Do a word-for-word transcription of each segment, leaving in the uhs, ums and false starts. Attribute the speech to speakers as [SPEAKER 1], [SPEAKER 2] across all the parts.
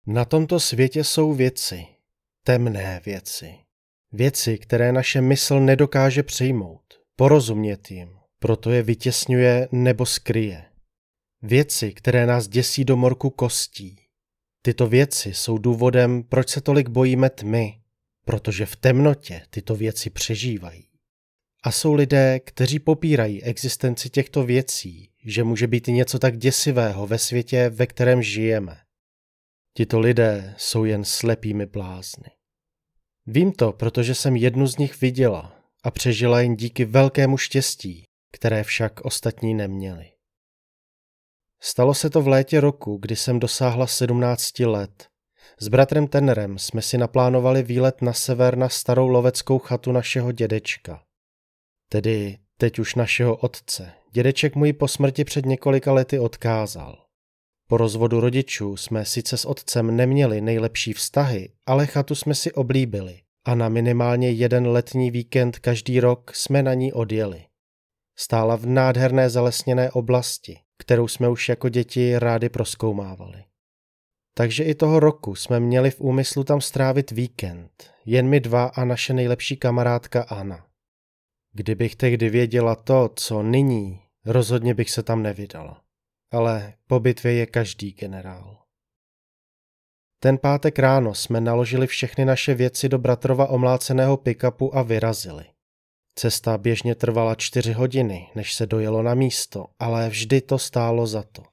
[SPEAKER 1] Na tomto světě jsou věci, temné věci. Věci, které naše mysl nedokáže přijmout, porozumět jim, proto je vytěsňuje nebo skryje. Věci, které nás děsí do morku kostí. Tyto věci jsou důvodem, proč se tolik bojíme tmy, protože v temnotě tyto věci přežívají. A jsou lidé, kteří popírají existenci těchto věcí, že může být něco tak děsivého ve světě, ve kterém žijeme. Tito lidé jsou jen slepými blázny. Vím to, protože jsem jednu z nich viděla a přežila jen díky velkému štěstí, které však ostatní neměli. Stalo se to v létě roku, kdy jsem dosáhla sedmnácti let. S bratrem Tenerem jsme si naplánovali výlet na sever na starou loveckou chatu našeho dědečka. Tedy teď už našeho otce. Dědeček můj po smrti před několika lety odkázal. Po rozvodu rodičů jsme sice s otcem neměli nejlepší vztahy, ale chatu jsme si oblíbili a na minimálně jeden letní víkend každý rok jsme na ní odjeli. Stála v nádherné zalesněné oblasti, kterou jsme už jako děti rádi prozkoumávali. Takže i toho roku jsme měli v úmyslu tam strávit víkend, jen my dva a naše nejlepší kamarádka Anna. Kdybych tehdy věděla to, co nyní, rozhodně bych se tam nevydala. Ale po bitvě je každý generál. Ten pátek ráno jsme naložili všechny naše věci do bratrova omláceného pick-upu a vyrazili. Cesta běžně trvala čtyři hodiny, než se dojelo na místo, ale vždy to stálo za to.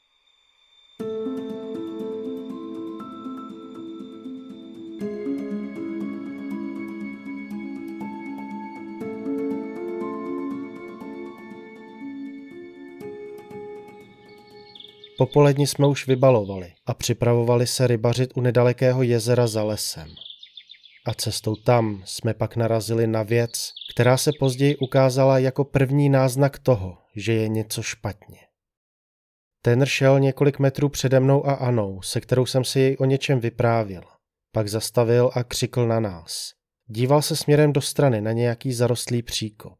[SPEAKER 1] Popoledni jsme už vybalovali a připravovali se rybařit u nedalekého jezera za lesem. A cestou tam jsme pak narazili na věc, která se později ukázala jako první náznak toho, že je něco špatně. Ten šel několik metrů přede mnou a Anou, se kterou jsem si jej o něčem vyprávěl. Pak zastavil a křikl na nás. Díval se směrem do strany na nějaký zarostlý příkop.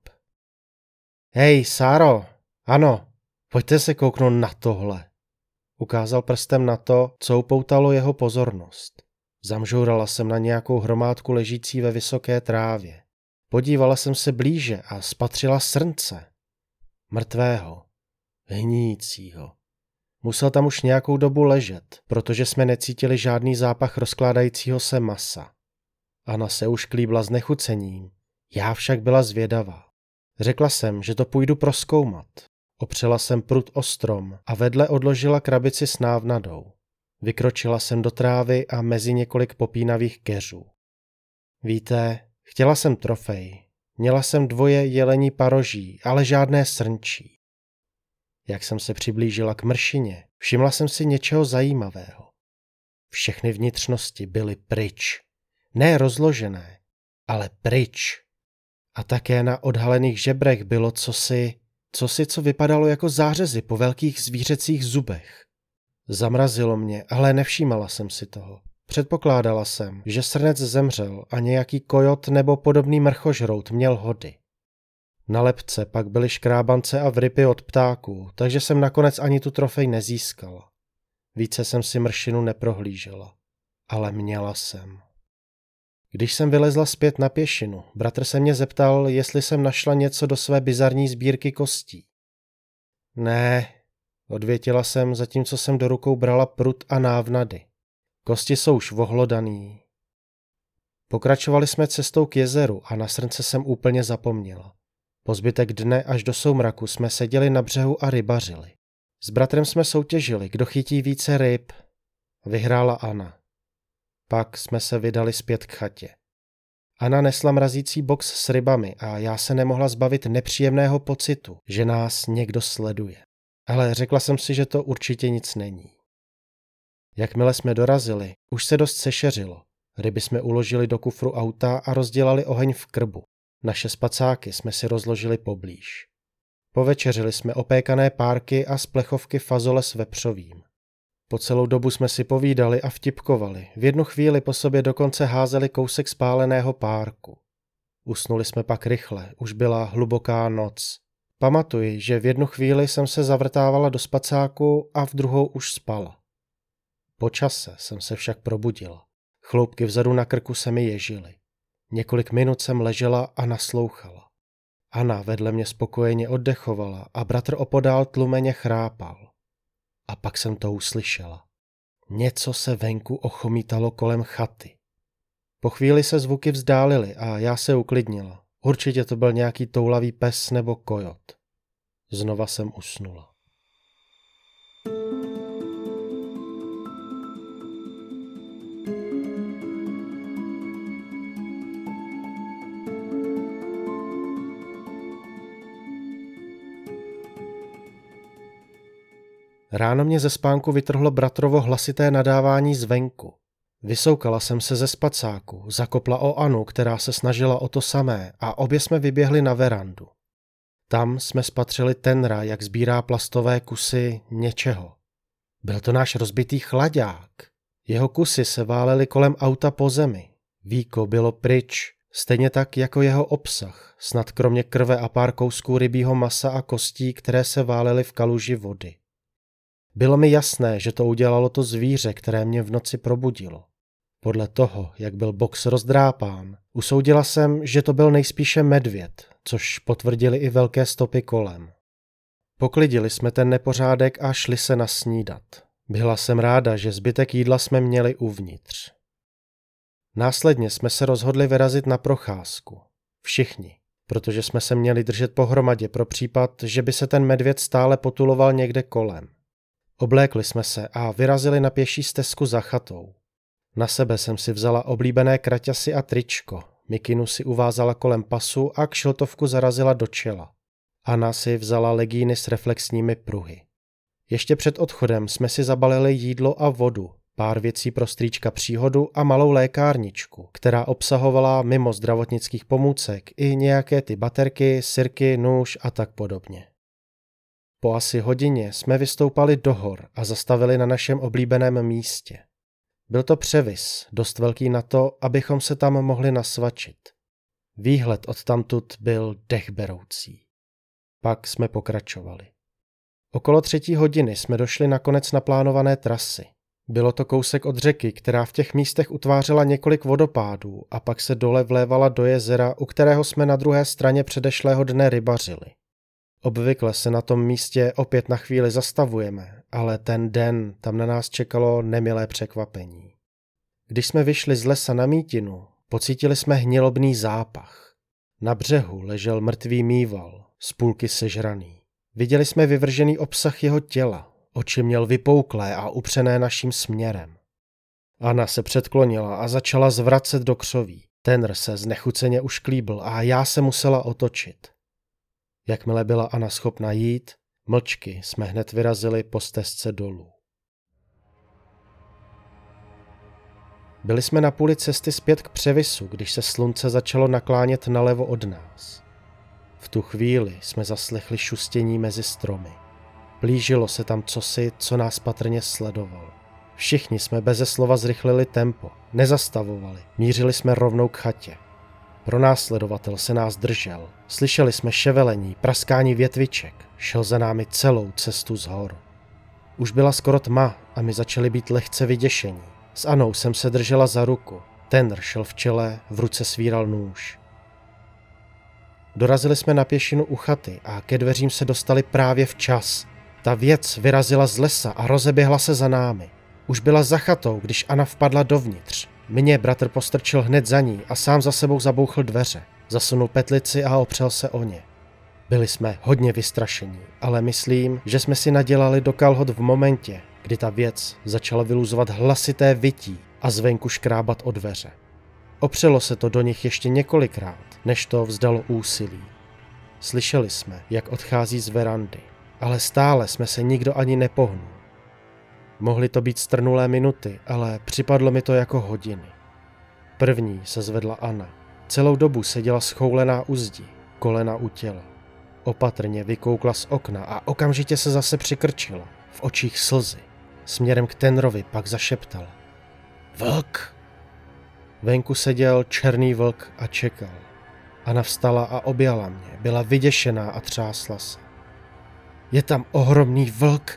[SPEAKER 1] Hej, Sáro, ano, pojďte se kouknout na tohle. Ukázal prstem na to, co upoutalo jeho pozornost. Zamžourala jsem na nějakou hromádku ležící ve vysoké trávě. Podívala jsem se blíže a spatřila srnce. Mrtvého. Hníjícího. Musel tam už nějakou dobu ležet, protože jsme necítili žádný zápach rozkládajícího se masa. Anna se už klíbla s nechucením. Já však byla zvědavá. Řekla jsem, že to půjdu prozkoumat. Opřela jsem prut o strom a vedle odložila krabici s návnadou. Vykročila jsem do trávy a mezi několik popínavých keřů. Víte, chtěla jsem trofej. Měla jsem dvoje jelení paroží, ale žádné srnčí. Jak jsem se přiblížila k mršině, všimla jsem si něčeho zajímavého. Všechny vnitřnosti byly pryč. Ne rozložené, ale pryč. A také na odhalených žebrech bylo cosi, cosi, co vypadalo jako zářezy po velkých zvířecích zubech. Zamrazilo mě, ale nevšímala jsem si toho. Předpokládala jsem, že srnec zemřel a nějaký kojot nebo podobný mrchožrout měl hody. Na lebce pak byly škrábance a vrypy od ptáků, takže jsem nakonec ani tu trofej nezískala. Více jsem si mršinu neprohlížela, ale měla jsem. Když jsem vylezla zpět na pěšinu, bratr se mě zeptal, jestli jsem našla něco do své bizarní sbírky kostí. Ne, odvětila jsem, zatímco jsem do rukou brala prut a návnady. Kosti jsou už vohlodaný. Pokračovali jsme cestou k jezeru a na srnce jsem úplně zapomněla. Po zbytek dne až do soumraku jsme seděli na břehu a rybařili. S bratrem jsme soutěžili, kdo chytí více ryb. Vyhrála Anna. Pak jsme se vydali zpět k chatě. Anna nesla mrazící box s rybami a já se nemohla zbavit nepříjemného pocitu, že nás někdo sleduje. Ale řekla jsem si, že to určitě nic není. Jakmile jsme dorazili, už se dost sešeřilo. Ryby jsme uložili do kufru auta a rozdělali oheň v krbu. Naše spacáky jsme si rozložili poblíž. Povečeřili jsme opékané párky a z plechovky fazole s vepřovým. Po celou dobu jsme si povídali a vtipkovali. V jednu chvíli po sobě dokonce házeli kousek spáleného párku. Usnuli jsme pak rychle, už byla hluboká noc. Pamatuji, že v jednu chvíli jsem se zavrtávala do spacáku a v druhou už spala. Po čase jsem se však probudila. Chloupky vzadu na krku se mi ježily. Několik minut jsem ležela a naslouchala. Anna vedle mě spokojeně oddechovala a bratr opodál tlumeně chrápal. A pak jsem to uslyšela. Něco se venku ochomítalo kolem chaty. Po chvíli se zvuky vzdálily a já se uklidnila. Určitě to byl nějaký toulavý pes nebo kojot. Znova jsem usnula. Ráno mě ze spánku vytrhlo bratrovo hlasité nadávání zvenku. Vysoukala jsem se ze spacáku, zakopla o Anu, která se snažila o to samé, a obě jsme vyběhli na verandu. Tam jsme spatřili Tenra, jak sbírá plastové kusy něčeho. Byl to náš rozbitý chlaďák. Jeho kusy se válely kolem auta po zemi. Víko bylo pryč, stejně tak jako jeho obsah, snad kromě krve a pár kousků rybího masa a kostí, které se válely v kaluži vody. Bylo mi jasné, že to udělalo to zvíře, které mě v noci probudilo. Podle toho, jak byl box rozdrápán, usoudila jsem, že to byl nejspíše medvěd, což potvrdili i velké stopy kolem. Poklidili jsme ten nepořádek a šli se nasnídat. Byla jsem ráda, že zbytek jídla jsme měli uvnitř. Následně jsme se rozhodli vyrazit na procházku. Všichni, protože jsme se měli držet pohromadě pro případ, že by se ten medvěd stále potuloval někde kolem. Oblékli jsme se a vyrazili na pěší stezku za chatou. Na sebe jsem si vzala oblíbené kraťasy a tričko, mikinu si uvázala kolem pasu a kšiltovku zarazila do čela. Anna si vzala legíny s reflexními pruhy. Ještě před odchodem jsme si zabalili jídlo a vodu, pár věcí pro strýčka příhodu a malou lékárničku, která obsahovala mimo zdravotnických pomůcek i nějaké ty baterky, sirky, nůž a tak podobně. Po asi hodině jsme vystoupali do hor a zastavili na našem oblíbeném místě. Byl to převis, dost velký na to, abychom se tam mohli nasvačit. Výhled odtamtud byl dechberoucí. Pak jsme pokračovali. Okolo třetí hodiny jsme došli na konec naplánované trasy. Bylo to kousek od řeky, která v těch místech utvářela několik vodopádů a pak se dole vlévala do jezera, u kterého jsme na druhé straně předešlého dne rybařili. Obvykle se na tom místě opět na chvíli zastavujeme, ale ten den tam na nás čekalo nemilé překvapení. Když jsme vyšli z lesa na mítinu, pocítili jsme hnilobný zápach. Na břehu ležel mrtvý mýval, z půlky sežraný. Viděli jsme vyvržený obsah jeho těla, oči měl vypouklé a upřené naším směrem. Anna se předklonila a začala zvracet do křoví. Tenr se znechuceně ušklíbl a já se musela otočit. Jakmile byla Anna schopna jít, mlčky jsme hned vyrazili po stezce dolů. Byli jsme na půli cesty zpět k převisu, když se slunce začalo naklánět nalevo od nás. V tu chvíli jsme zaslechli šustění mezi stromy. Plížilo se tam cosi, co nás patrně sledovalo. Všichni jsme beze slova zrychlili tempo, nezastavovali, mířili jsme rovnou k chatě. Pronásledovatel se nás držel, slyšeli jsme ševelení, praskání větviček, šel za námi celou cestu z hor. Už byla skoro tma a my začali být lehce vyděšení. S Anou jsem se držela za ruku, Tenr šel v čele, v ruce svíral nůž. Dorazili jsme na pěšinu u chaty a ke dveřím se dostali právě včas. Ta věc vyrazila z lesa a rozeběhla se za námi. Už byla za chatou, když Anna vpadla dovnitř. Mě bratr postrčil hned za ní a sám za sebou zabouchl dveře. Zasunul petlici a opřel se o ně. Byli jsme hodně vystrašení, ale myslím, že jsme si nadělali do kalhot v momentě, kdy ta věc začala vyluzovat hlasité vytí a zvenku škrábat o dveře. Opřelo se to do nich ještě několikrát, než to vzdalo úsilí. Slyšeli jsme, jak odchází z verandy, ale stále jsme se nikdo ani nepohnul. Mohly to být strnulé minuty, ale připadlo mi to jako hodiny. První se zvedla Anna. Celou dobu seděla schoulená u zdi, kolena u těla. Opatrně vykoukla z okna a okamžitě se zase přikrčila, v očích slzy. Směrem k Tenrovi pak zašeptala. Vlk! Venku seděl černý vlk a čekal. Anna vstala a objala mě, byla vyděšená a třásla se. Je tam ohromný vlk,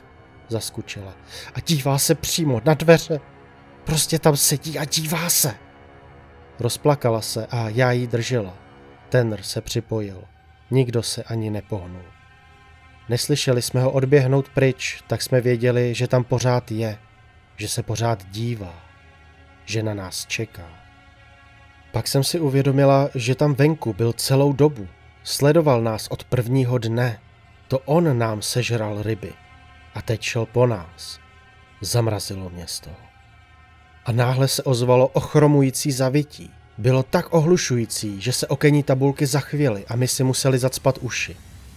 [SPEAKER 1] zaskučela. A dívá se přímo na dveře. Prostě tam sedí a dívá se. Rozplakala se a já jí držela. Tenr se připojil. Nikdo se ani nepohnul. Neslyšeli jsme ho odběhnout pryč, tak jsme věděli, že tam pořád je, že se pořád dívá, že na nás čeká. Pak jsem si uvědomila, že tam venku byl celou dobu. Sledoval nás od prvního dne. To on nám sežral ryby. A teď šel po nás. Zamrazilo mě z toho. A náhle se ozvalo ochromující zavití. Bylo tak ohlušující, že se okenní tabulky zachvěly a my si museli zacpat uši.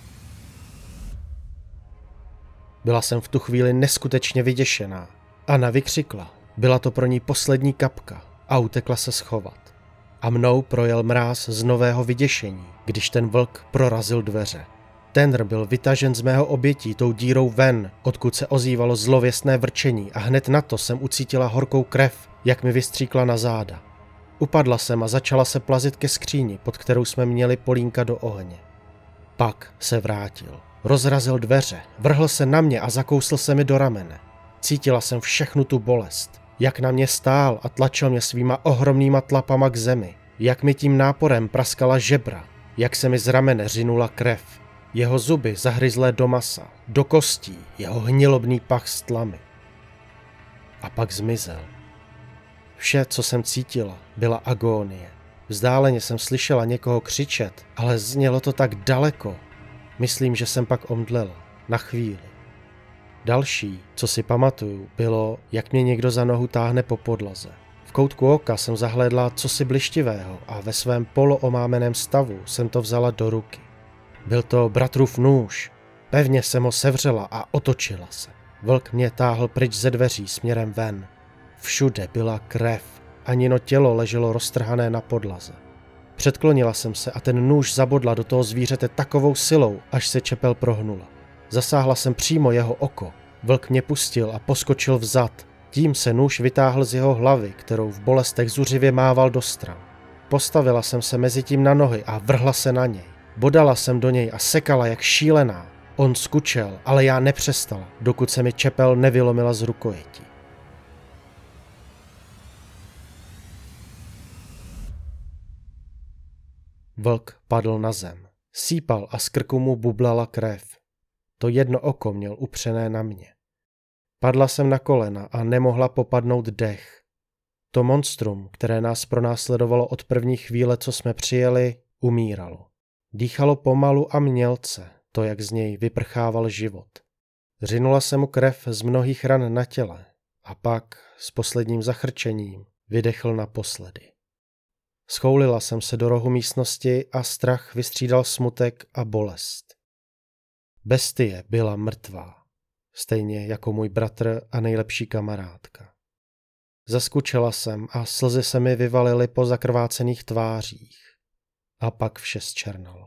[SPEAKER 1] Byla jsem v tu chvíli neskutečně vyděšená. Anna vykřikla. Byla to pro ní poslední kapka a utekla se schovat. A mnou projel mráz z nového vyděšení, když ten vlk prorazil dveře. Tenr byl vytažen z mého obětí tou dírou ven, odkud se ozývalo zlověstné vrčení a hned na to jsem ucítila horkou krev, jak mi vystříkla na záda. Upadla jsem a začala se plazit ke skříni, pod kterou jsme měli polínka do ohně. Pak se vrátil. Rozrazil dveře, vrhl se na mě a zakousl se mi do ramene. Cítila jsem všechnu tu bolest, jak na mě stál a tlačil mě svýma ohromnýma tlapama k zemi, jak mi tím náporem praskala žebra, jak se mi z ramene řinula krev. Jeho zuby zahryzlé do masa, do kostí, jeho hnilobný pach s tlamy. A pak zmizel. Vše, co jsem cítila, byla agónie. Vzdáleně jsem slyšela někoho křičet, ale znělo to tak daleko. Myslím, že jsem pak omdlela. Na chvíli. Další, co si pamatuju, bylo, jak mě někdo za nohu táhne po podlaze. V koutku oka jsem zahlédla cosi blištivého a ve svém poloomámeném stavu jsem to vzala do ruky. Byl to bratrův nůž. Pevně jsem ho sevřela a otočila se. Vlk mě táhl pryč ze dveří směrem ven. Všude byla krev. Anino tělo leželo roztrhané na podlaze. Předklonila jsem se a ten nůž zabodla do toho zvířete takovou silou, až se čepel prohnula. Zasáhla jsem přímo jeho oko. Vlk mě pustil a poskočil vzad. Tím se nůž vytáhl z jeho hlavy, kterou v bolestech zuřivě mával do stran. Postavila jsem se mezi tím na nohy a vrhla se na něj. Bodala jsem do něj a sekala jak šílená. On skučel, ale já nepřestala, dokud se mi čepel nevylomila z rukojetí. Vlk padl na zem. Sípal a z krku mu bublala krev. To jedno oko měl upřené na mě. Padla jsem na kolena a nemohla popadnout dech. To monstrum, které nás pronásledovalo od první chvíle, co jsme přijeli, umíralo. Dýchalo pomalu a mělce, to, jak z něj vyprchával život. Řinula se mu krev z mnohých ran na těle a pak s posledním zachrčením vydechl naposledy. Schoulila jsem se do rohu místnosti a strach vystřídal smutek a bolest. Bestie byla mrtvá, stejně jako můj bratr a nejlepší kamarádka. Zaskučela jsem a slzy se mi vyvalily po zakrvácených tvářích. A pak vše zčernalo.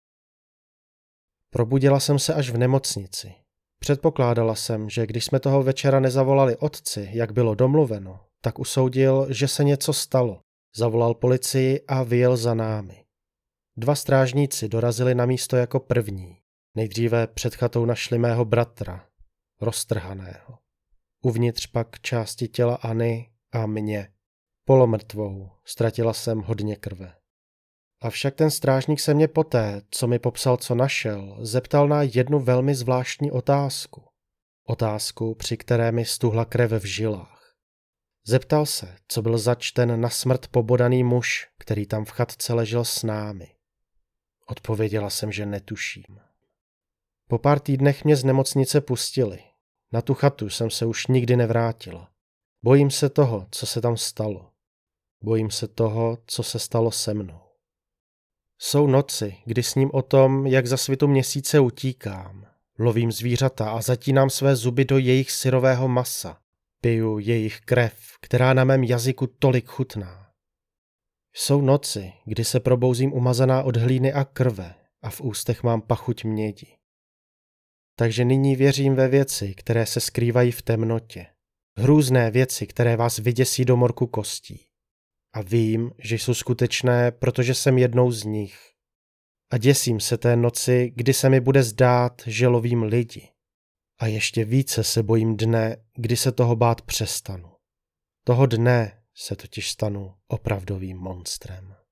[SPEAKER 1] Probudila jsem se až v nemocnici. Předpokládala jsem, že když jsme toho večera nezavolali otci, jak bylo domluveno, tak usoudil, že se něco stalo. Zavolal policii a vyjel za námi. Dva strážníci dorazili na místo jako první. Nejdříve před chatou našli mého bratra, roztrhaného. Uvnitř pak části těla Anny a mě. Polomrtvou, ztratila jsem hodně krve. Avšak ten strážník se mě poté, co mi popsal, co našel, zeptal na jednu velmi zvláštní otázku. Otázku, při které mi stuhla krev v žilách. Zeptal se, co byl zač ten na smrt pobodaný muž, který tam v chatce ležel s námi. Odpověděla jsem, že netuším. Po pár týdnech mě z nemocnice pustili. Na tu chatu jsem se už nikdy nevrátila. Bojím se toho, co se tam stalo. Bojím se toho, co se stalo se mnou. Jsou noci, kdy sním o tom, jak za svitu měsíce utíkám. Lovím zvířata a zatínám své zuby do jejich syrového masa. Piju jejich krev, která na mém jazyku tolik chutná. Jsou noci, kdy se probouzím umazaná od hlíny a krve a v ústech mám pachuť mědi. Takže nyní věřím ve věci, které se skrývají v temnotě. Hrůzné věci, které vás vyděsí do morku kostí. A vím, že jsou skutečné, protože jsem jednou z nich. A děsím se té noci, kdy se mi bude zdát, že lovím lidi. A ještě více se bojím dne, kdy se toho bát přestanu. Toho dne se totiž stanu opravdovým monstrem.